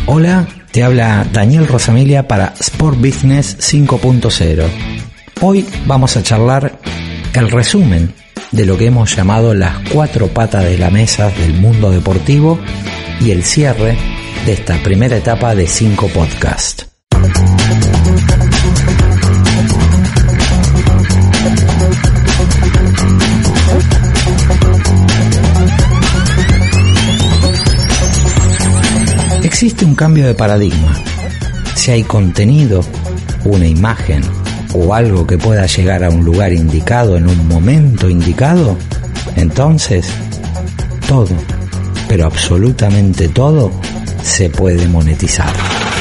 Hola, te habla Daniel Rosamilia para Sport Business 5.0. Hoy vamos a charlar el resumen de lo que hemos llamado las 4 patas de la mesa del mundo deportivo y el cierre de esta primera etapa de 5 podcasts. Existe un cambio de paradigma. Si hay contenido, una imagen o algo que pueda llegar a un lugar indicado en un momento indicado, entonces todo, pero absolutamente todo, se puede monetizar.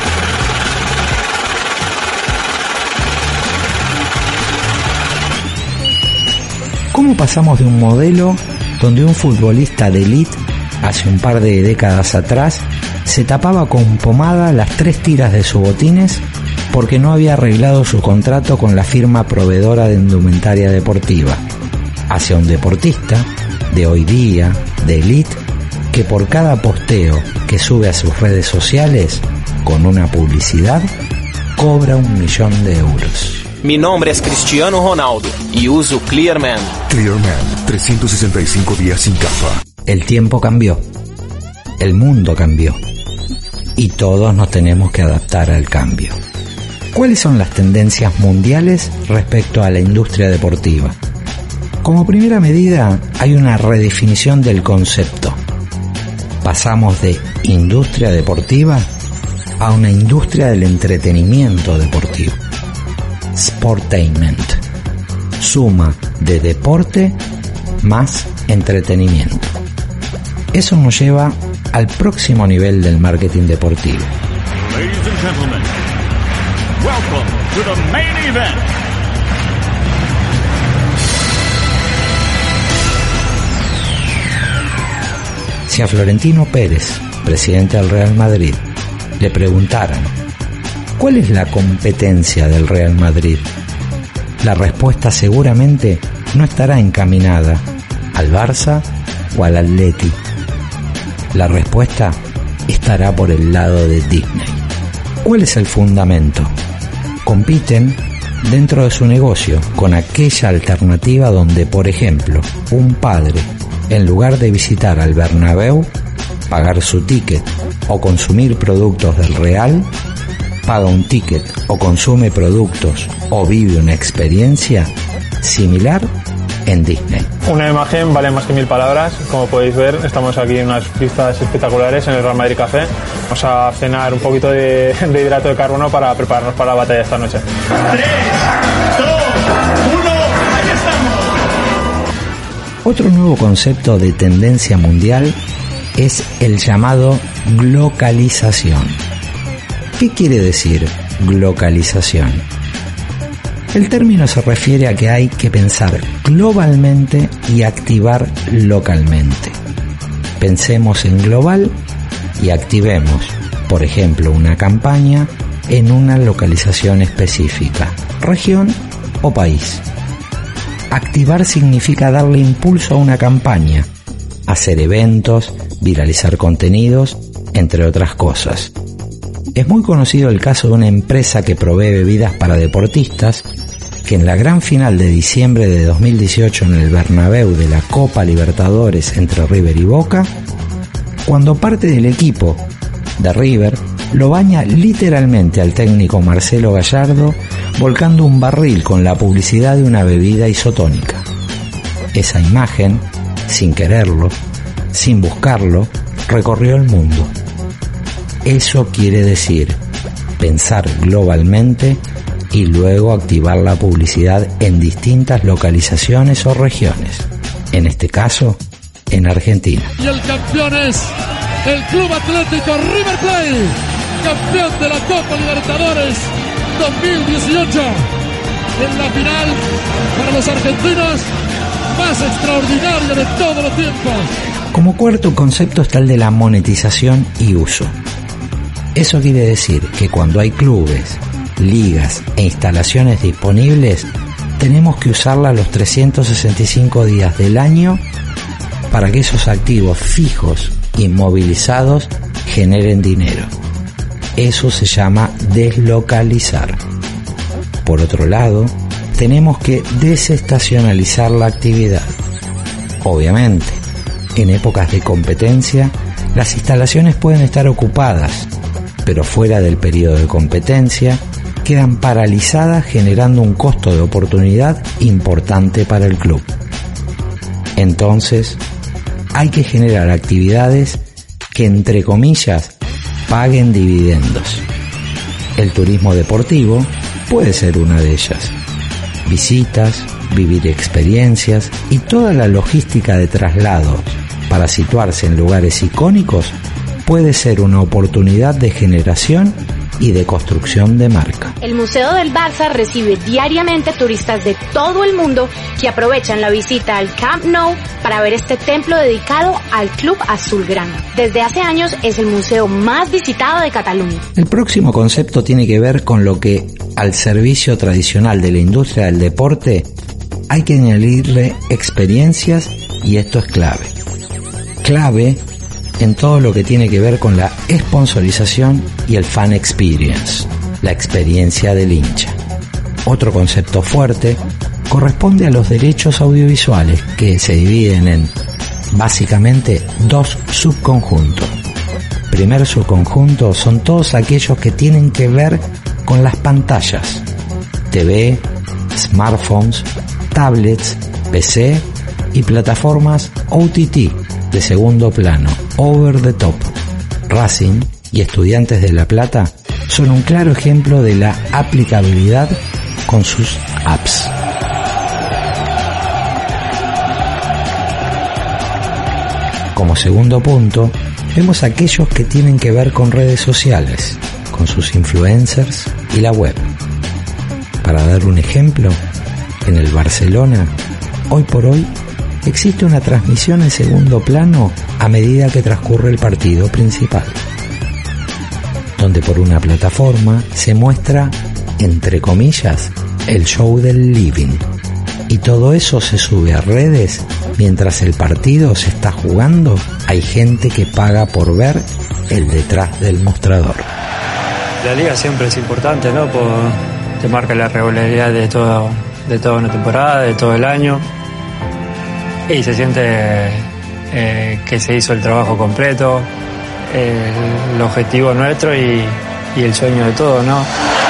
¿Cómo pasamos de un modelo donde un futbolista de élite hace un par de décadas atrás se tapaba con pomada las 3 tiras de sus botines porque no había arreglado su contrato con la firma proveedora de indumentaria deportiva, hacia un deportista de hoy día, de élite, que por cada posteo que sube a sus redes sociales con una publicidad cobra 1 millón de euros? Mi nombre es Cristiano Ronaldo y uso Clearman. Clearman, 365 días sin capa. El tiempo cambió, el mundo cambió y todos nos tenemos que adaptar al cambio. ¿Cuáles son las tendencias mundiales respecto a la industria deportiva? Como primera medida, hay una redefinición del concepto. Pasamos de industria deportiva a una industria del entretenimiento deportivo. Sportainment. Suma de deporte más entretenimiento. Eso nos lleva al próximo nivel del marketing deportivo. Ladies and gentlemen, welcome to the main event. Si a Florentino Pérez, presidente del Real Madrid, le preguntaran ¿cuál es la competencia del Real Madrid?, la respuesta seguramente no estará encaminada al Barça o al Atleti. La respuesta estará por el lado de Disney. ¿Cuál es el fundamento? Compiten dentro de su negocio con aquella alternativa donde, por ejemplo, un padre, en lugar de visitar al Bernabéu, pagar su ticket o consumir productos del Real, paga un ticket o consume productos o vive una experiencia similar en Disney. Una imagen vale más que 1000 palabras. Como podéis ver, estamos aquí en unas vistas espectaculares en el Real Madrid Café. Vamos a cenar un poquito de hidrato de carbono para prepararnos para la batalla de esta noche. 3, 2, 1, ahí estamos. Otro nuevo concepto de tendencia mundial es el llamado glocalización. ¿Qué quiere decir glocalización? El término se refiere a que hay que pensar globalmente y activar localmente. Pensemos en global y activemos, por ejemplo, una campaña en una localización específica, región o país. Activar significa darle impulso a una campaña, hacer eventos, viralizar contenidos, entre otras cosas. Es muy conocido el caso de una empresa que provee bebidas para deportistas que en la gran final de diciembre de 2018 en el Bernabéu de la Copa Libertadores entre River y Boca, cuando parte del equipo de River lo baña literalmente al técnico Marcelo Gallardo volcando un barril con la publicidad de una bebida isotónica. Esa imagen, sin quererlo, sin buscarlo, recorrió el mundo. Eso quiere decir pensar globalmente y luego activar la publicidad en distintas localizaciones o regiones, en este caso, en Argentina. Y el campeón es el Club Atlético River Plate, campeón de la Copa Libertadores 2018. En la final, para los argentinos, más extraordinaria de todos los tiempos. Como cuarto concepto está el de la monetización y uso. Eso quiere decir que cuando hay clubes, ligas e instalaciones disponibles, tenemos que usarla los 365 días del año para que esos activos fijos inmovilizados generen dinero. Eso se llama deslocalizar. Por otro lado, tenemos que desestacionalizar la actividad. Obviamente, en épocas de competencia, las instalaciones pueden estar ocupadas, pero fuera del periodo de competencia, quedan paralizadas generando un costo de oportunidad importante para el club. Entonces, hay que generar actividades que, entre comillas, paguen dividendos. El turismo deportivo puede ser una de ellas. Visitas, vivir experiencias y toda la logística de traslados para situarse en lugares icónicos puede ser una oportunidad de generación y de construcción de marca. El Museo del Barça recibe diariamente turistas de todo el mundo que aprovechan la visita al Camp Nou para ver este templo dedicado al Club Azulgrana. Desde hace años es el museo más visitado de Cataluña. El próximo concepto tiene que ver con lo que al servicio tradicional de la industria del deporte hay que añadirle experiencias, y esto es clave. Clave en todo lo que tiene que ver con la sponsorización y el fan experience, la experiencia del hincha. Otro concepto fuerte corresponde a los derechos audiovisuales, que se dividen en básicamente dos subconjuntos. Primer subconjunto son todos aquellos que tienen que ver con las pantallas, TV, smartphones, tablets, PC y plataformas OTT de segundo plano, over the top. Racing y Estudiantes de La Plata son un claro ejemplo de la aplicabilidad con sus apps. Como segundo punto, vemos aquellos que tienen que ver con redes sociales, con sus influencers y la web. Para dar un ejemplo, en el Barcelona, hoy por hoy, existe una transmisión en segundo plano a medida que transcurre el partido principal, donde por una plataforma se muestra, entre comillas, el show del living, y todo eso se sube a redes mientras el partido se está jugando. Hay gente que paga por ver el detrás del mostrador. La liga siempre es importante, ¿no? Te marca la regularidad de toda una temporada, de todo el año. Y se siente que se hizo el trabajo completo, el objetivo nuestro y el sueño de todos, ¿no?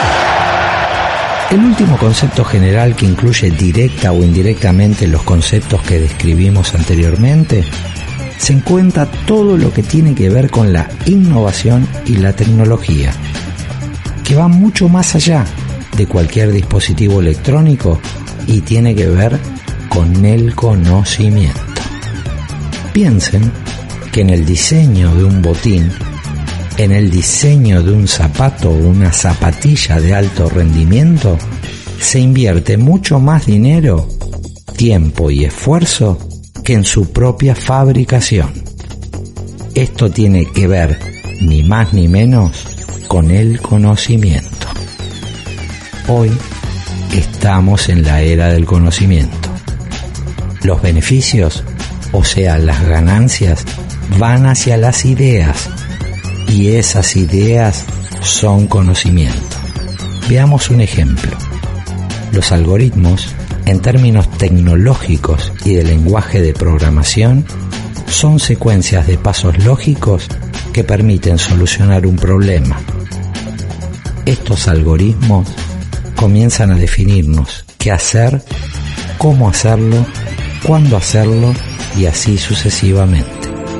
El último concepto general, que incluye directa o indirectamente los conceptos que describimos anteriormente, se encuentra todo lo que tiene que ver con la innovación y la tecnología, que va mucho más allá de cualquier dispositivo electrónico y tiene que ver con el conocimiento. Piensen que en el diseño de un botín, en el diseño de un zapato o una zapatilla de alto rendimiento, se invierte mucho más dinero, tiempo y esfuerzo que en su propia fabricación. Esto tiene que ver, ni más ni menos, con el conocimiento. Hoy estamos en la era del conocimiento. Los beneficios, o sea, las ganancias, van hacia las ideas, y esas ideas son conocimiento. Veamos un ejemplo. Los algoritmos, en términos tecnológicos y de lenguaje de programación, son secuencias de pasos lógicos que permiten solucionar un problema. Estos algoritmos comienzan a definirnos qué hacer, cómo hacerlo, cuándo hacerlo y así sucesivamente.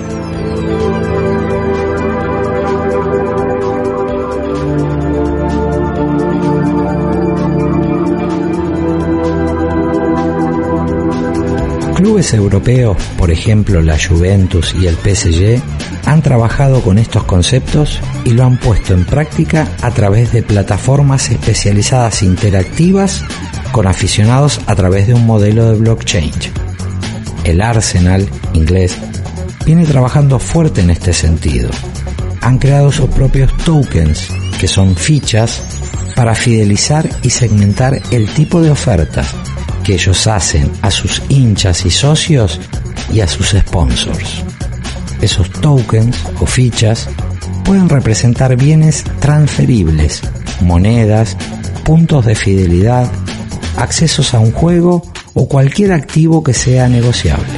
Clubes europeos, por ejemplo la Juventus y el PSG, han trabajado con estos conceptos y lo han puesto en práctica a través de plataformas especializadas interactivas con aficionados a través de un modelo de blockchain. El Arsenal, inglés, viene trabajando fuerte en este sentido. Han creado sus propios tokens, que son fichas, para fidelizar y segmentar el tipo de ofertas que ellos hacen a sus hinchas y socios y a sus sponsors. Esos tokens o fichas pueden representar bienes transferibles, monedas, puntos de fidelidad, accesos a un juego o cualquier activo que sea negociable.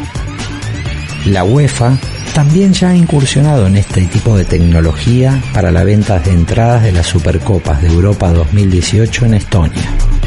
La UEFA también ya ha incursionado en este tipo de tecnología para la venta de entradas de las Supercopas de Europa 2018 en Estonia.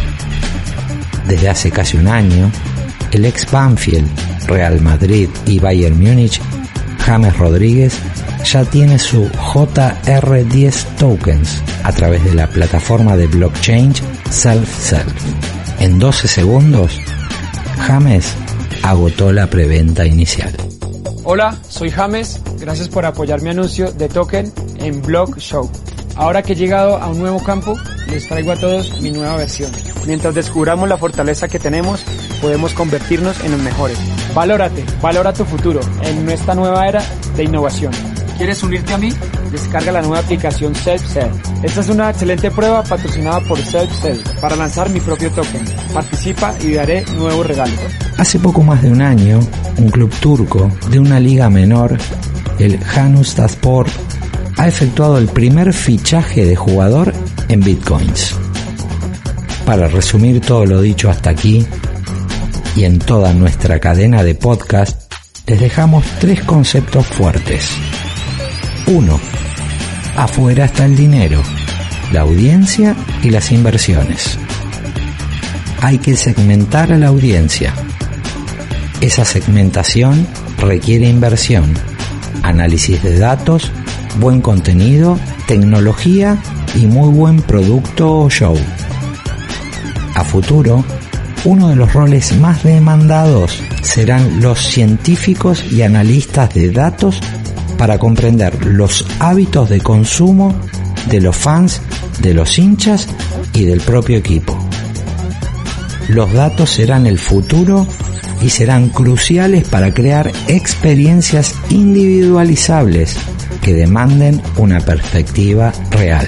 Desde hace casi un año, el ex Banfield, Real Madrid y Bayern Múnich, James Rodríguez, ya tiene su JR10 tokens a través de la plataforma de blockchain Self-Self. En 12 segundos, James agotó la preventa inicial. Hola, soy James, gracias por apoyar mi anuncio de token en Block Show. Ahora que he llegado a un nuevo campo, les traigo a todos mi nueva versión. Mientras descubramos la fortaleza que tenemos, podemos convertirnos en los mejores. Valórate, valora tu futuro en esta nueva era de innovación. ¿Quieres unirte a mí? Descarga la nueva aplicación Self-Self. Esta es una excelente prueba patrocinada por Self-Self para lanzar mi propio token. Participa y daré nuevos regalos. Hace poco más de un año, un club turco de una liga menor, el Hansaspor, ha efectuado el primer fichaje de jugador en bitcoins. Para resumir todo lo dicho hasta aquí, y en toda nuestra cadena de podcast, les dejamos 3 conceptos fuertes. 1. Afuera está el dinero, la audiencia y las inversiones. Hay que segmentar a la audiencia. Esa segmentación requiere inversión, análisis de datos, buen contenido, tecnología y muy buen producto o show. A futuro, uno de los roles más demandados serán los científicos y analistas de datos para comprender los hábitos de consumo de los fans, de los hinchas y del propio equipo. Los datos serán el futuro y serán cruciales para crear experiencias individualizables que demanden una perspectiva real.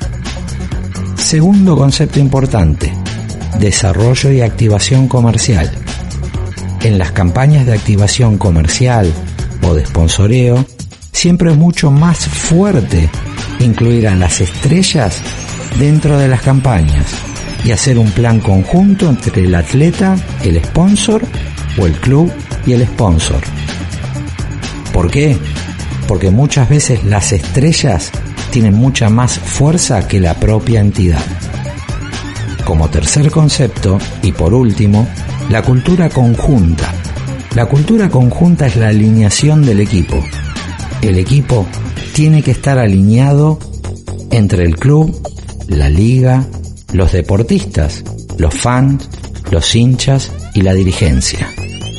Segundo concepto importante: desarrollo y activación comercial. En las campañas de activación comercial o de sponsoreo, siempre es mucho más fuerte incluir a las estrellas dentro de las campañas y hacer un plan conjunto entre el atleta, el sponsor o el club y el sponsor. ¿Por qué? Porque muchas veces las estrellas tienen mucha más fuerza que la propia entidad. Como tercer concepto, y por último, la cultura conjunta. La cultura conjunta es la alineación del equipo. El equipo tiene que estar alineado entre el club, la liga, los deportistas, los fans, los hinchas y la dirigencia.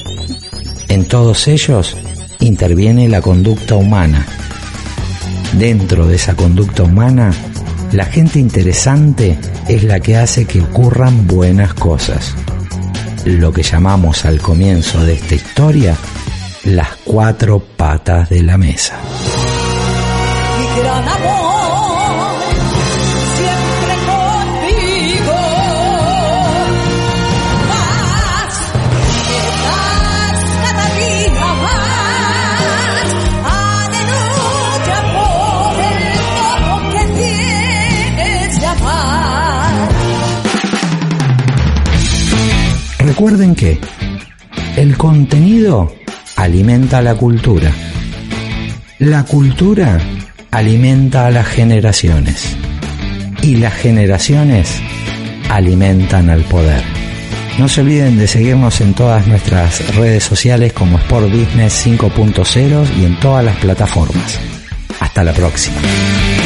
En todos ellos interviene la conducta humana. Dentro de esa conducta humana, la gente interesante es la que hace que ocurran buenas cosas. Lo que llamamos al comienzo de esta historia, las 4 patas de la mesa. Mi gran amor, siempre contigo. Más, cada día más. Aleluya por el todo que tienes de amar. Recuerden que el contenido alimenta la cultura. La cultura alimenta a las generaciones. Y las generaciones alimentan al poder. No se olviden de seguirnos en todas nuestras redes sociales como Sport Business 5.0 y en todas las plataformas. Hasta la próxima.